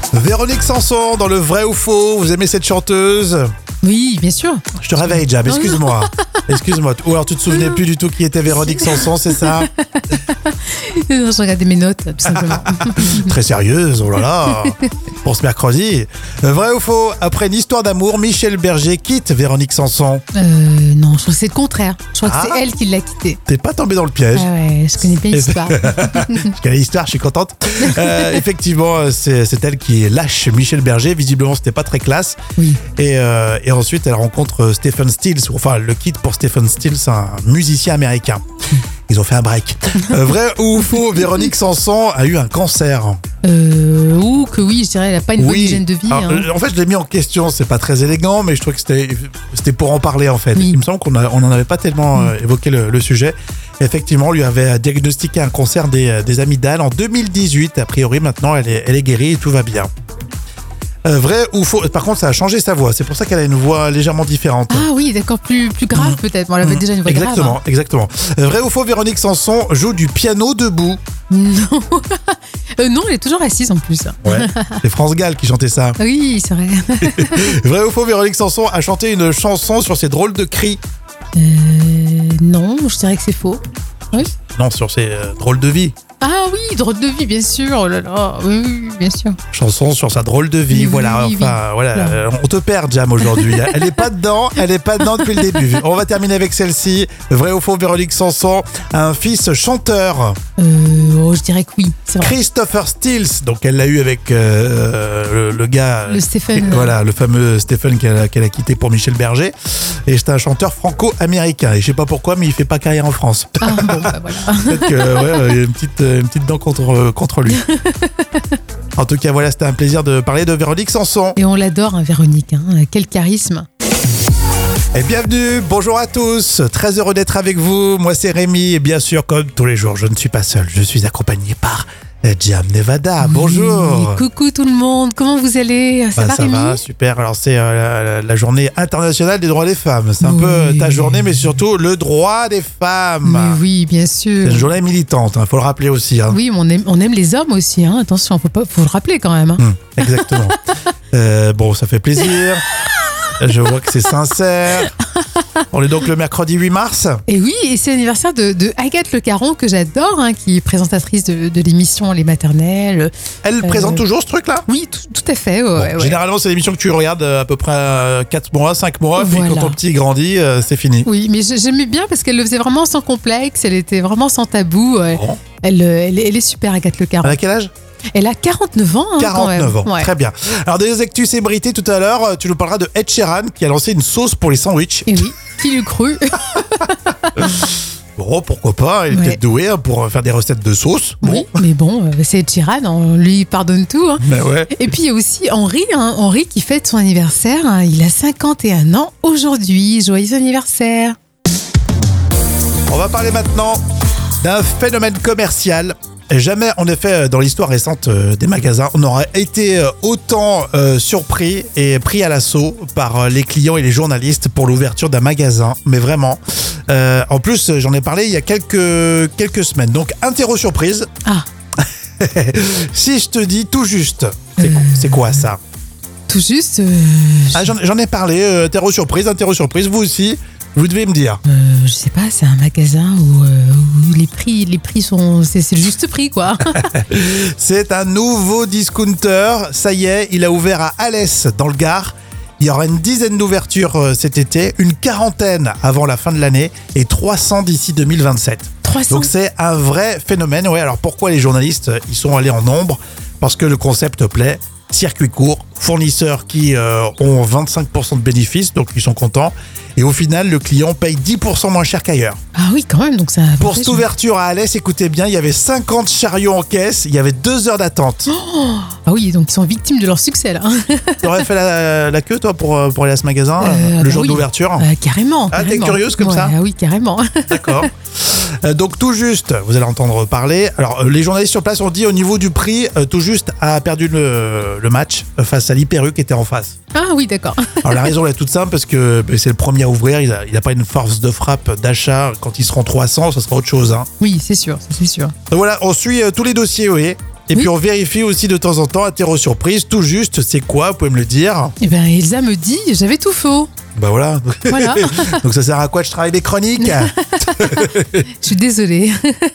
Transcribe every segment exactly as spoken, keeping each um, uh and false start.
Véronique Sanson dans le vrai ou faux. Vous aimez cette chanteuse? Oui, bien sûr. Je te réveille, Jam, excuse-moi. Excuse-moi. Ou alors tu te souvenais plus du tout qui était Véronique Sanson, c'est ça? Non, je regardais mes notes, tout simplement. Très sérieuse, oh là là. Pour ce mercredi. Vrai ou faux? Après une histoire d'amour, Michel Berger quitte Véronique Sanson. Euh, non, je crois que c'est le contraire. Je crois Ah. que c'est elle qui l'a quitté. T'es pas tombé dans le piège. Ah ouais, je connais bien l'histoire. Je connais l'histoire, je suis contente. Euh, effectivement, c'est, c'est elle qui lâche Michel Berger. Visiblement, c'était pas très classe. Oui. Et, euh, et ensuite, elle rencontre Stephen Stills. Enfin, elle le quitte pour Stephen Stills, un musicien américain. Ils ont fait un break. Euh, vrai ou faux, Véronique Sanson a eu un cancer. Euh, ou que oui, je dirais, elle n'a pas une bonne hygiène de vie. Alors, hein. En fait, je l'ai mis en question. C'est pas très élégant, mais je trouve que c'était, c'était pour en parler, en fait. Oui. Il me semble qu'on n'en on avait pas tellement euh, évoqué le, le sujet. Effectivement, on lui avait diagnostiqué un cancer des, des amygdales en deux mille dix-huit. A priori, maintenant, elle est, elle est guérie et tout va bien. Euh, vrai ou faux? Par contre, ça a changé sa voix. C'est pour ça qu'elle a une voix légèrement différente. Ah oui, d'accord, plus, plus grave peut-être. Bon, elle avait déjà une voix Exactement, grave. hein. exactement. Euh, vrai ou faux, Véronique Sanson joue du piano debout? Non. Euh, non, elle est toujours assise en plus. Ouais. C'est France Gall qui chantait ça. Oui, c'est vrai. Vrai ou faux, Véronique Sanson a chanté une chanson sur ses drôles de cris? Euh, non, je dirais que c'est faux. Oui. Non, sur ses euh, drôles de vie. Ah oui, drôle de vie, bien sûr. Oh là là. Oui, oui, bien sûr. Chanson sur sa drôle de vie. Oui, voilà, oui, enfin, oui. voilà. Voilà. Euh, On te perd, Jam, aujourd'hui. Elle est pas dedans, elle est pas dedans depuis le début. On va terminer avec celle-ci. Vrai ou faux, Véronique Sanson a un fils chanteur? Euh, oh, je dirais que oui, c'est vrai. Christopher Stills, donc elle l'a eu avec euh, le, le gars, Le Stephen. voilà, le fameux Stephen qu'elle a, qu'elle a quitté pour Michel Berger. Et c'est un chanteur franco-américain. Et je sais pas pourquoi, mais il fait pas carrière en France. Ah bon, bah voilà. Peut-être que ouais, il y a une petite, une petite dent contre, contre lui. En tout cas, voilà, c'était un plaisir de parler de Véronique Sanson. Et on l'adore, hein, Véronique. Hein. Quel charisme. Et bienvenue, bonjour à tous. Très heureux d'être avec vous. Moi, c'est Rémi. Et bien sûr, comme tous les jours, je ne suis pas seul. Je suis accompagné par Jam Nevada. Bonjour. Oui, coucou tout le monde, comment vous allez? Ça Bah, va ça Rémi? va, super. Alors c'est euh, la, la journée internationale des droits des femmes. C'est un Oui. peu ta journée, mais surtout le droit des femmes. Mais oui, bien sûr. C'est une journée militante, il faut le rappeler aussi. Hein. Oui, mais on aime, on aime les hommes aussi, hein. Attention, faut, pas, faut le rappeler quand même. Hein. Hum, exactement. euh, bon, ça fait plaisir. Je vois que c'est sincère. On est donc le mercredi huit mars. Et oui, et c'est l'anniversaire de, de Agathe Le Caron, que j'adore, hein, qui est présentatrice de, de l'émission Les Maternelles. Elle Euh, présente toujours ce truc-là? Oui, tout, tout à fait. Ouais, Bon, ouais. Généralement, c'est l'émission que tu regardes euh, à peu près euh, quatre mois, cinq mois, puis Voilà. quand ton petit grandit, euh, c'est fini. Oui, mais j'ai- j'aimais bien parce qu'elle le faisait vraiment sans complexe, elle était vraiment sans tabou. euh, Bon. Elle, euh, elle, est- elle est super, Agathe Le Caron. Elle a quel âge? Elle a quarante-neuf ans. Hein, quand même. quarante-neuf ans, Ouais. très bien. Alors des actus célébrités tout à l'heure, euh, tu nous parleras de Ed Sheeran qui a lancé une sauce pour les sandwichs. Et oui, qui l'eût cru? Bon, pourquoi pas, il est Ouais. peut-être doué hein, pour faire des recettes de sauce. Bon, Oui, mais bon, euh, c'est Ed Sheeran, on lui pardonne tout. Hein. mais ouais. Et puis il y a aussi Henri, hein, Henri qui fête son anniversaire. hein. Il a cinquante et un ans aujourd'hui. Joyeux anniversaire. On va parler maintenant d'un phénomène commercial. Jamais, en effet, dans l'histoire récente euh, des magasins, on aurait été euh, autant euh, surpris et pris à l'assaut par euh, les clients et les journalistes pour l'ouverture d'un magasin. Mais vraiment. Euh, en plus, j'en ai parlé il y a quelques, quelques semaines. Donc, interro surprise. Ah, Si je te dis tout juste, c'est, Euh. c'est quoi ça? tout juste, euh, Ah, j'en, j'en ai parlé, euh, interro surprise, interro surprise, vous aussi, vous devez me dire. euh, je sais pas, c'est un magasin où, euh, où les prix, les prix sont, c'est, c'est le juste prix quoi. C'est un nouveau discounter, ça y est, il a ouvert à Alès dans le Gard. Il y aura une dizaine d'ouvertures euh, cet été, une quarantaine avant la fin de l'année et trois cents d'ici deux mille vingt-sept. trois cents. Donc c'est un vrai phénomène. Ouais, alors pourquoi les journalistes euh, ils sont allés en nombre? Parce que le concept plaît. Circuit court, fournisseurs qui euh, ont vingt-cinq pour cent de bénéfices, donc ils sont contents. Et au final, le client paye dix pour cent moins cher qu'ailleurs. Ah oui, quand même, donc ça. Pour cette ouverture à Alès, écoutez bien, il y avait cinquante chariots en caisse, il y avait deux heures d'attente. Ah oui, donc ils sont victimes de leur succès là. Tu aurais fait la, la queue, toi, pour, pour aller à ce magasin, Euh, le bah jour oui. d'ouverture? Euh, carrément. Ah, t'es carrément. curieuse comme Ouais, ça? Ah oui, carrément. D'accord. Euh, donc tout juste, vous allez entendre parler. Alors euh, les journalistes sur place ont dit au niveau du prix, euh, tout juste a perdu le, le match euh, face à l'Hyper-U qui était en face. Ah oui, d'accord. Alors la raison elle est toute simple parce que bah, c'est le premier à ouvrir, il n'a il a pas une force de frappe d'achat. Quand ils seront trois cents, ça sera autre chose. Hein. Oui, c'est sûr, ça, c'est sûr. Donc voilà, on suit euh, tous les dossiers, oui. Et Oui. puis on vérifie aussi de temps en temps, interro surprise, tout juste, c'est quoi, vous pouvez me le dire? Eh bien, Elsa me dit, j'avais tout faux. Bah voilà. Voilà. Donc ça sert à quoi je travaille des chroniques? Je suis désolée.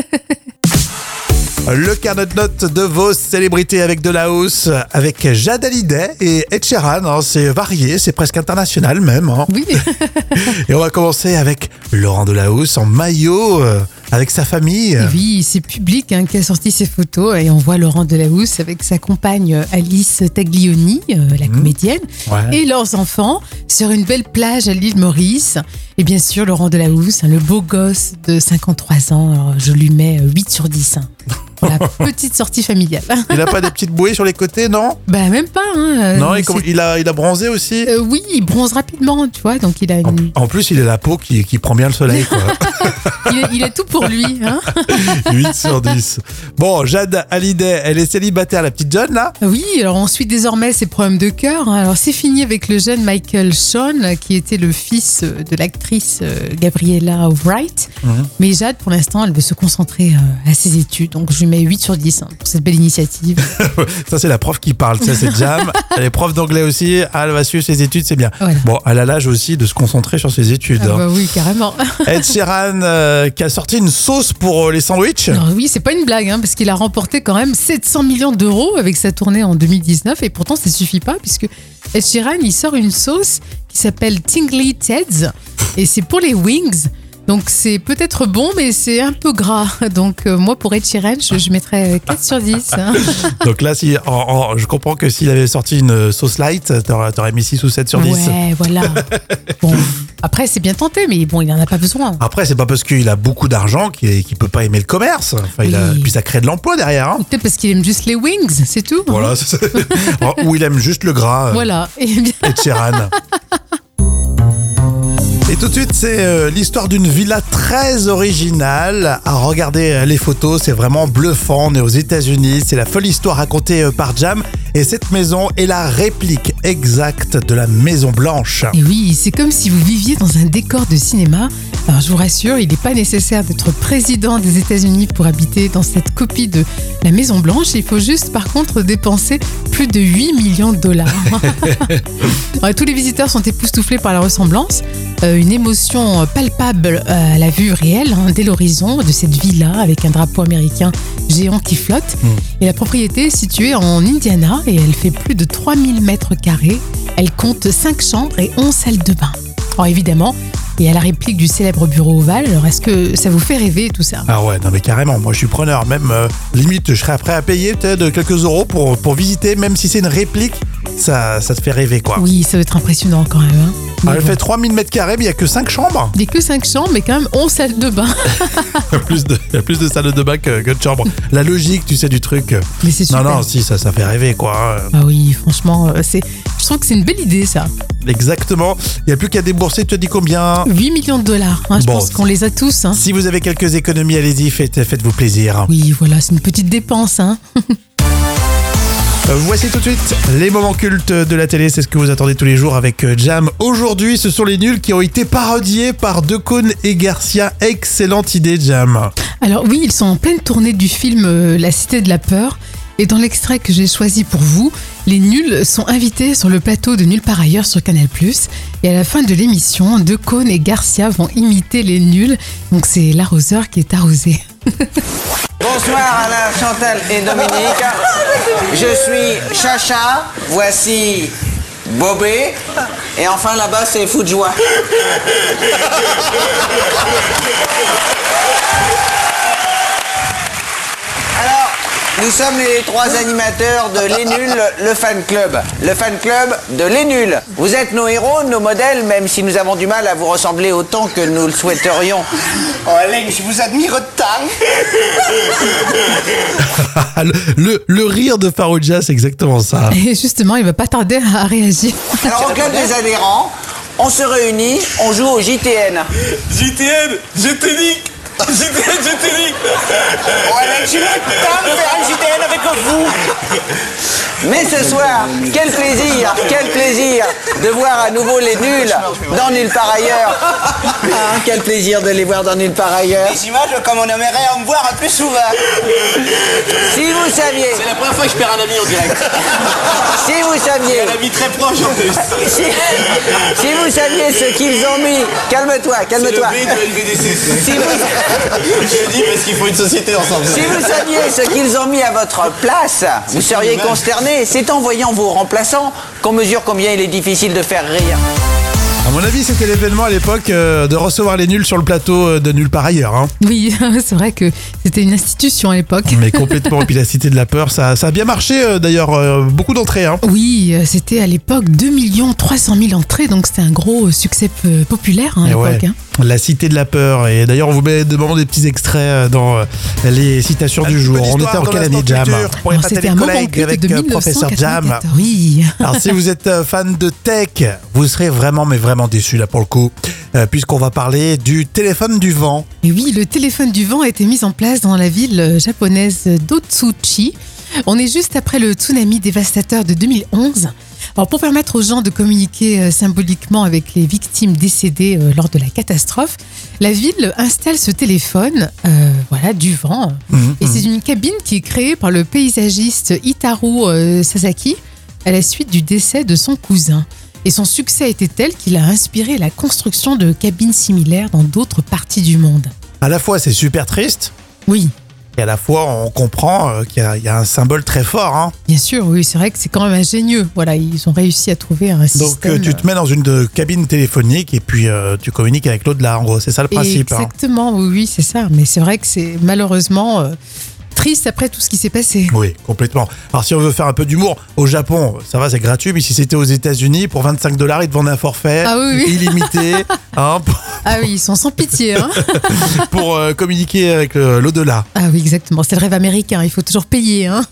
Le carnet de notes de vos célébrités avec de la hausse, avec Jade Hallyday et Ed Sheeran. Hein, c'est varié, c'est presque international même. Hein. Oui. Et on va commencer avec Laurent Delahousse en maillot, euh, avec sa famille. Et oui, c'est Public hein, qui a sorti ces photos et on voit Laurent Delahousse avec sa compagne Alice Taglioni, euh, la comédienne, Ouais. et leurs enfants sur une belle plage à l'île Maurice. Et bien sûr, Laurent Delahousse, hein, le beau gosse de cinquante-trois ans, alors je lui mets euh, huit sur dix. Hein, pour la petite sortie familiale. Il n'a pas des petites bouées sur les côtés, non? Bah même pas. Hein, euh, Non, et c'est- comment- il, a, il a bronzé aussi. Euh, oui, il bronze rapidement, tu vois, donc il a, En, une- en plus, il a la peau qui, qui prend bien le soleil. Quoi. il, a, il a tout pour lui. Hein. huit sur dix. Bon, Jade Hallyday, elle est célibataire, la petite John, là? Oui, alors on suit désormais ses problèmes de cœur. hein. Alors c'est fini avec le jeune Michael Sean, qui était le fils de l'actrice euh, Gabriella Wright. Mhm. Mais Jade, pour l'instant, elle veut se concentrer euh, à ses études. Donc je lui mets huit sur dix hein, pour cette belle initiative. Ça, c'est la prof qui parle, ça, c'est Jam. Elle est prof d'anglais aussi. Ah, elle va suivre ses études, c'est bien. Voilà. Bon, elle a l'âge aussi de se concentrer sur ses études. Ah hein. bah oui, carrément. Ed Sheeran euh, qui a sorti une sauce pour euh, les sandwichs. Alors oui, c'est pas une blague, hein, parce qu'il a remporté quand même sept cents millions d'euros avec sa tournée en deux mille dix-neuf. Et pourtant, ça suffit pas, puisque Ed Sheeran, il sort une sauce qui s'appelle Tingly Ted's. Et c'est pour les wings. Donc c'est peut-être bon, mais c'est un peu gras. Donc euh, moi, pour Ed Sheeran, je, je mettrais quatre sur dix. hein. Donc là, si, en- en- je comprends que s'il avait sorti une sauce light, t'aurais, t'aurais mis six ou sept sur dix. Ouais, voilà. Bon, après, c'est bien tenté, mais bon, il en a pas besoin. Après, c'est pas parce qu'il a beaucoup d'argent qu'il, qu'il peut pas aimer le commerce. Enfin, il a, Oui. puis ça crée de l'emploi derrière. hein. Peut-être parce qu'il aime juste les wings, c'est tout. Voilà. c'est- Ou il aime juste le gras. euh, Voilà. Et bien, Ed Sheeran. Et tout de suite, c'est euh, l'histoire d'une villa très originale. À regarder euh, les photos, c'est vraiment bluffant. On est aux États-Unis. C'est la folle histoire racontée euh, par Jam. Et cette maison est la réplique exacte de la Maison Blanche. Et oui, c'est comme si vous viviez dans un décor de cinéma. Alors je vous rassure, il n'est pas nécessaire d'être président des États-Unis pour habiter dans cette copie de la Maison Blanche. Il faut juste par contre dépenser plus de huit millions de dollars. Alors, tous les visiteurs sont époustouflés par la ressemblance. Euh, une émotion palpable euh, à la vue réelle hein, dès l'horizon de cette villa avec un drapeau américain géant qui flotte. Mm. Et la propriété est située en Indiana et elle fait plus de trois mille mètres carrés. Elle compte cinq chambres et onze salles de bain. Alors évidemment, il y a la réplique du célèbre bureau ovale. Alors est-ce que ça vous fait rêver tout ça? Ah ouais, non mais carrément, moi je suis preneur. Même euh, limite, je serais prêt à payer peut-être quelques euros pour, pour visiter, même si c'est une réplique, ça, ça te fait rêver quoi. Oui, ça va être impressionnant quand même. hein. Ah, Mais elle bon. fait trois mille mètres carrés, mais il n'y a que cinq chambres. Il n'y a que cinq chambres, mais quand même onze salles de bain. Il y a plus de, il y a plus de salles de bain que, que de chambres. La logique, tu sais, du truc. Mais c'est super. Non, non, si, ça, ça fait rêver, quoi. Ah oui, franchement, euh, c'est, je trouve que c'est une belle idée ça. Exactement. Il n'y a plus qu'à débourser, tu as dit combien? huit millions de dollars. hein, je Bon, pense qu'on les a tous. hein. Si vous avez quelques économies, allez-y, faites, faites-vous plaisir. Oui, voilà, c'est une petite dépense. Hein. Euh, Voici tout de suite les moments cultes de la télé, c'est ce que vous attendez tous les jours avec euh, Jam. Aujourd'hui, ce sont les nuls qui ont été parodiés par Decaune et Garcia. Excellente idée, Jam. Alors oui, ils sont en pleine tournée du film euh, La Cité de la Peur. Et dans l'extrait que j'ai choisi pour vous, les nuls sont invités sur le plateau de Nulle part ailleurs sur Canal plus. Et à la fin de l'émission, Decaune et Garcia vont imiter les nuls. Donc c'est l'arroseur qui est arrosé. Bonsoir Alain, Chantal et Dominique. Je suis Chacha, voici Bobé. Et enfin là-bas c'est Fou de joie. Alors, nous sommes les trois animateurs de Les Nuls, le fan club. Le fan club de Les Nuls. Vous êtes nos héros, nos modèles, même si nous avons du mal à vous ressembler autant que nous le souhaiterions. Oh Alain, je vous admire tant. le, le, le rire de Farouja, c'est exactement ça. Et justement, il va pas tarder à réagir. Alors, au club des adhérents, on se réunit, on joue au J T N. J T N, je te nique. J T N, je te nique. Oh Alain, je suis content de faire un J T N avec vous. Mais ce soir, quel plaisir, quel plaisir de voir à nouveau les nuls dans Nulle part ailleurs. Ah, quel plaisir de les voir dans Nulle part ailleurs. Les images, comme on aimerait en me voir un plus souvent. Si vous saviez, C'est la première fois que je perds un ami en direct. si vous saviez, Un ami très proche en plus. si, si vous saviez ce qu'ils ont mis, calme-toi, C'est le calme-toi. B de L V D C. Si vous, Je le dis parce qu'il faut une société ensemble. si vous saviez ce qu'ils ont mis à votre place, vous seriez consterné. C'est en voyant vos remplaçants qu'on mesure combien il est difficile de faire rire. À mon avis, c'était l'événement à l'époque euh, de recevoir les nuls sur le plateau euh, de Nulle part ailleurs. Hein. Oui, c'est vrai que c'était une institution à l'époque. Mais complètement. Et puis la Cité de la Peur, ça, ça a bien marché euh, d'ailleurs. euh, beaucoup d'entrées. Hein. Oui, euh, c'était à l'époque deux millions trois cent mille entrées, donc c'était un gros succès euh, populaire hein, à Et l'époque. ouais, hein. La Cité de la Peur. Et d'ailleurs, on vous met de moment des petits extraits euh, dans euh, les citations du jour. On était en quelle année, Jam? Pour Alors, épater c'était les un moment collègues culte avec de euh, Professeur Jam. mille neuf cent quatre-vingt-quatorze. Oui. Alors si vous êtes euh, fan de tech, vous serez vraiment mais vraiment déçu là pour le coup, euh, puisqu'on va parler du téléphone du vent. Et oui, le téléphone du vent a été mis en place dans la ville japonaise d'Otsuchi. On est juste après le tsunami dévastateur de deux mille onze. Alors pour permettre aux gens de communiquer euh, symboliquement avec les victimes décédées euh, lors de la catastrophe, la ville installe ce téléphone euh, voilà, du vent. Mhm, Et c'est une cabine qui est créée par le paysagiste Hitaru euh, Sasaki à la suite du décès de son cousin. Et son succès était tel qu'il a inspiré la construction de cabines similaires dans d'autres parties du monde. À la fois c'est super triste, Oui, et à la fois on comprend euh, qu'il y a, il y a un symbole très fort. Hein. bien sûr, oui, c'est vrai que c'est quand même ingénieux. Voilà, ils ont réussi à trouver un Donc système. euh, tu te mets dans une de cabine téléphonique et puis euh, tu communiques avec l'au-delà. En gros, c'est ça le principe. Hein. Exactement, oui, oui, c'est ça. Mais c'est vrai que c'est malheureusement euh, triste après tout ce qui s'est passé. Oui, complètement. Alors si on veut faire un peu d'humour, au Japon, ça va, c'est gratuit, mais si c'était aux États-Unis, pour vingt-cinq dollars, ils te vendent un forfait Ah oui, oui. illimité hein, pour, Ah oui, ils sont sans pitié. Hein. pour, euh, communiquer avec euh, l'au-delà. Ah oui, exactement. C'est le rêve américain. Il faut toujours payer. Hein.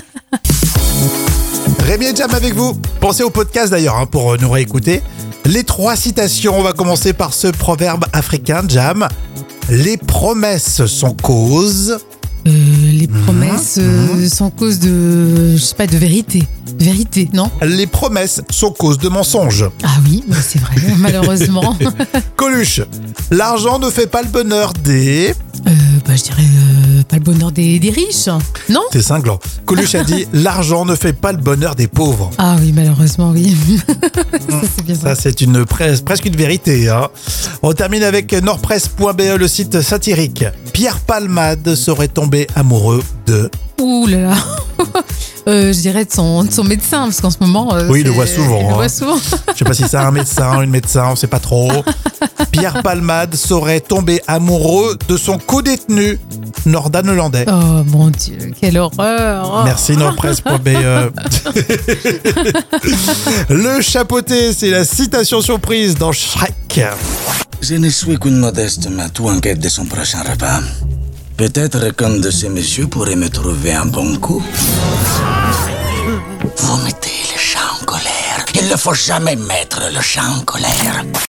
Rémi et Jam avec vous. Pensez au podcast d'ailleurs hein, pour euh, nous réécouter. Les trois citations, on va commencer par ce proverbe africain, Jam. Les promesses sont cause. Euh, les promesses euh, sont cause de, je sais pas, de vérité. De vérité, non? Les promesses sont cause de mensonges. Ah oui, mais c'est vrai, malheureusement. Coluche. L'argent ne fait pas le bonheur des... Euh, bah, je dirais euh, pas le bonheur des, des riches, non? C'est cinglant. Coluche a dit l'argent ne fait pas le bonheur des pauvres. Ah oui, malheureusement, oui. Ça, c'est bien Ça, ça. c'est une pres- presque une vérité. Hein. On termine avec nordpresse point b e, le site satirique. Pierre Palmade serait tombé amoureux de... Ouh là là. Euh, je dirais de son, de son médecin, parce qu'en ce moment. euh, Oui, il le c'est- voit souvent, Il hein. le voit souvent. Je sais pas si c'est un médecin, une médecin, on sait pas trop. Pierre Palmade serait tombé amoureux de son co-détenu, Nordan Hollandais. Oh mon Dieu, quelle horreur. Oh. Merci nordpresse point b e. Le chapeauté, c'est la citation surprise dans Shrek. Je ne suis qu'une modeste matou en quête de son prochain repas. Peut-être qu'un de ces messieurs pourrait me trouver un bon coup. Vous mettez le chat en colère. Il ne faut jamais mettre le chat en colère.